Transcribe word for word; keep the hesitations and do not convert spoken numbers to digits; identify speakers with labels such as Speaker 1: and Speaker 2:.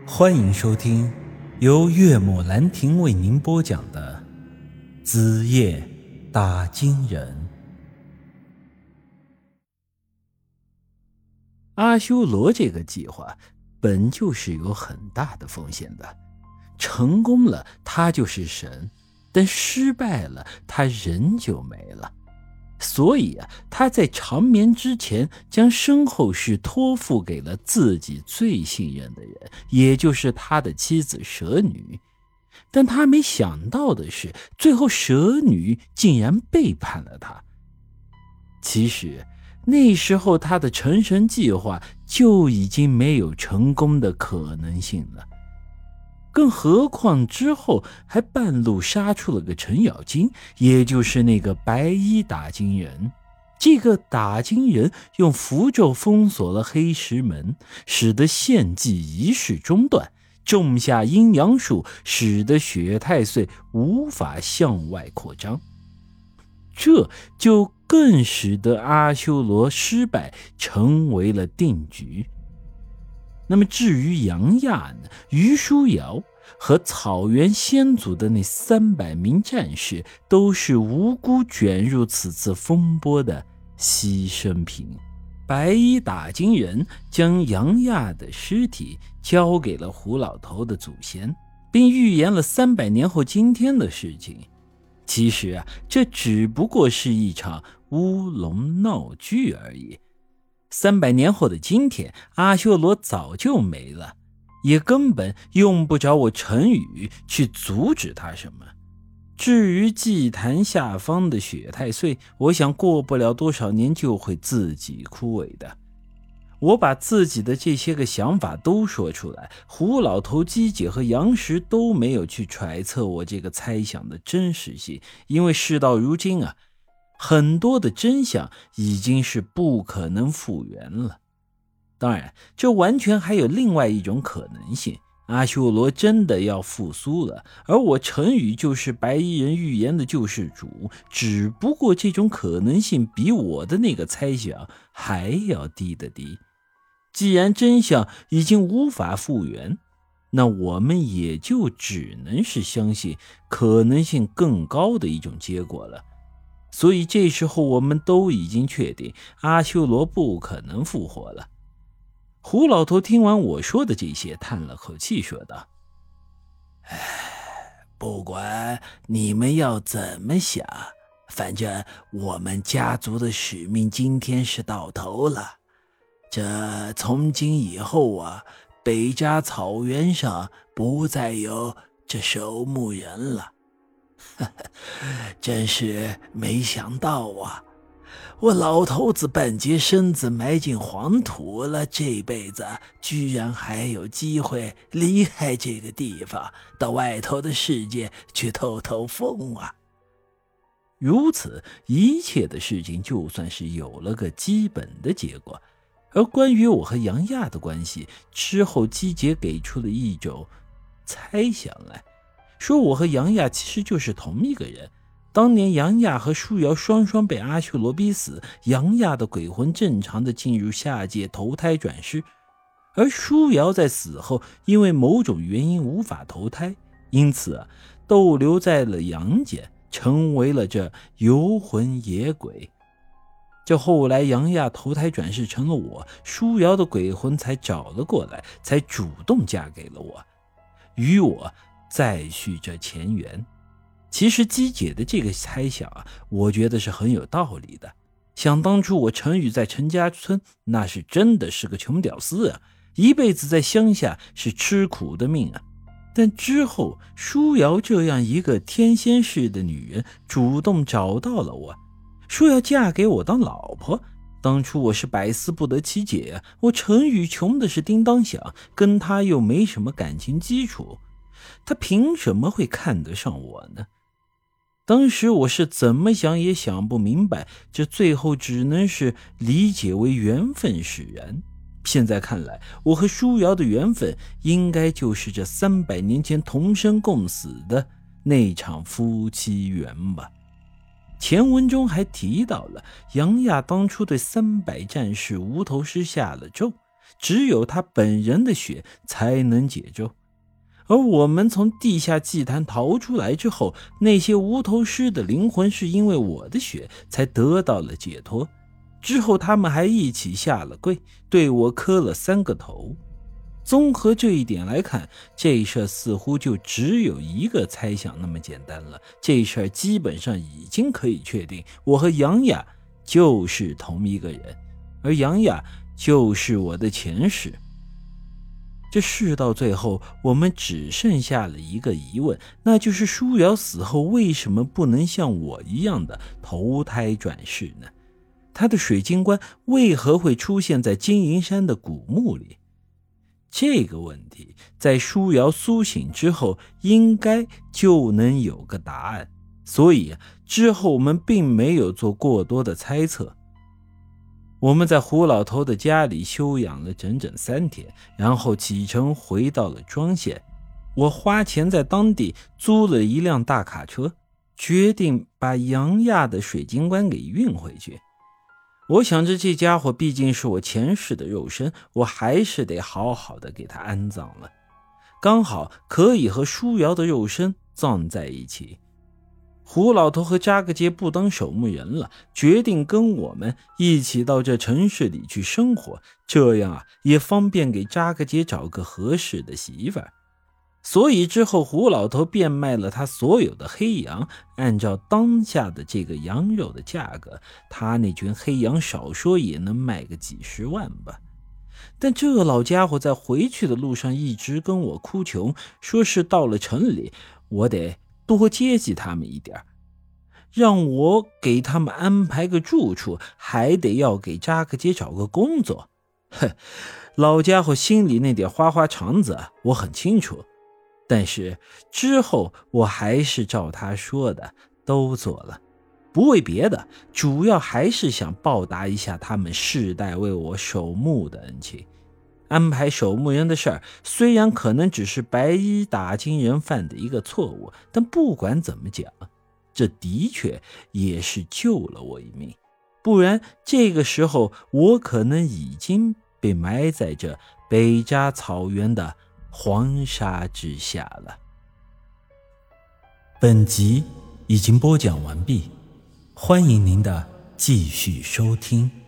Speaker 1: 欢迎收听由岳母兰亭为您播讲的子夜打金人。阿修罗这个计划本就是有很大的风险的，成功了他就是神，但失败了他人就没了。所以啊，他在长眠之前将身后事托付给了自己最信任的人，也就是他的妻子蛇女。但他没想到的是，最后蛇女竟然背叛了他。其实那时候他的成神计划就已经没有成功的可能性了，更何况之后还半路杀出了个程咬金，也就是那个白衣打金人。这个打金人用符咒封锁了黑石门，使得献祭仪式中断，种下阴阳术，使得雪太岁无法向外扩张。这就更使得阿修罗失败成为了定局。那么至于杨亚呢，于书瑶和草原先祖的那三百名战士都是无辜卷入此次风波的牺牲品。白衣打金人将杨亚的尸体交给了胡老头的祖先，并预言了三百年后今天的事情。其实啊，这只不过是一场乌龙闹剧而已。三百年后的今天，阿修罗早就没了，也根本用不着我陈宇去阻止他什么。至于祭坛下方的雪太岁，我想过不了多少年就会自己枯萎的。我把自己的这些个想法都说出来，胡老头、姬姐和杨石都没有去揣测我这个猜想的真实性，因为事到如今啊，很多的真相已经是不可能复原了。当然，这完全还有另外一种可能性，阿修罗真的要复苏了，而我陈宇就是白衣人预言的救世主，只不过这种可能性比我的那个猜想还要低得低。既然真相已经无法复原，那我们也就只能是相信可能性更高的一种结果了。所以这时候我们都已经确定阿修罗不可能复活了。胡老头听完我说的这些，叹了口气说道：唉，不管你们要怎么想，反正我们家族的使命今天是到头了。这从今以后啊，北扎草原上不再有这守墓人了。真是没想到啊，我老头子半截身子埋进黄土了，这辈子居然还有机会离开这个地方，到外头的世界去透透风啊。如此一切的事情就算是有了个基本的结果。而关于我和杨亚的关系，之后姬姐给出了一种猜想来，说我和杨亚其实就是同一个人。当年杨亚和舒瑶双双被阿修罗逼死，杨亚的鬼魂正常的进入下界投胎转世，而舒瑶在死后因为某种原因无法投胎，因此啊，逗留在了阳间，成为了这游魂野鬼。这后来杨亚投胎转世成了我，舒瑶的鬼魂才找了过来，才主动嫁给了我，与我再续这前缘。其实姬姐的这个猜想啊，我觉得是很有道理的。想当初我陈宇在陈家村，那是真的是个穷屌丝啊，一辈子在乡下是吃苦的命啊。但之后舒瑶这样一个天仙式的女人主动找到了我，说要嫁给我当老婆。当初我是百思不得其解啊，我陈宇穷的是叮当响，跟他又没什么感情基础，他凭什么会看得上我呢？当时我是怎么想也想不明白，这最后只能是理解为缘分使然。现在看来，我和舒瑶的缘分应该就是这三百年前同生共死的那场夫妻缘吧。前文中还提到了杨亚当初对三百战士无头尸下了咒， 只有他本人的血才能解咒。而我们从地下祭坛逃出来之后，那些无头尸的灵魂是因为我的血才得到了解脱。之后他们还一起下了跪，对我磕了三个头。综合这一点来看，这事似乎就只有一个猜想那么简单了。这事儿基本上已经可以确定，我和杨雅就是同一个人，而杨雅就是我的前世。这事到最后，我们只剩下了一个疑问，那就是舒瑶死后为什么不能像我一样的投胎转世呢？他的水晶棺为何会出现在金银山的古墓里？这个问题在舒瑶苏醒之后应该就能有个答案，所以之后我们并没有做过多的猜测。我们在胡老头的家里休养了整整三天，然后启程回到了庄县。我花钱在当地租了一辆大卡车，决定把杨亚的水晶棺给运回去。我想着这家伙毕竟是我前世的肉身，我还是得好好的给他安葬了，刚好可以和舒瑶的肉身葬在一起。胡老头和扎个杰不当守墓人了，决定跟我们一起到这城市里去生活，这样啊也方便给扎个杰找个合适的媳妇儿。所以之后胡老头变卖了他所有的黑羊，按照当下的这个羊肉的价格，他那群黑羊少说也能卖个几十万吧。但这老家伙在回去的路上一直跟我哭穷，说是到了城里我得多接济他们一点，让我给他们安排个住处，还得要给扎克杰找个工作。哼，老家伙心里那点花花肠子我很清楚，但是之后我还是照他说的都做了，不为别的，主要还是想报答一下他们世代为我守墓的恩情。安排守墓人的事儿，虽然可能只是白衣打金人犯的一个错误，但不管怎么讲，这的确也是救了我一命，不然这个时候我可能已经被埋在这北扎草原的黄沙之下了。本集已经播讲完毕，欢迎您的继续收听。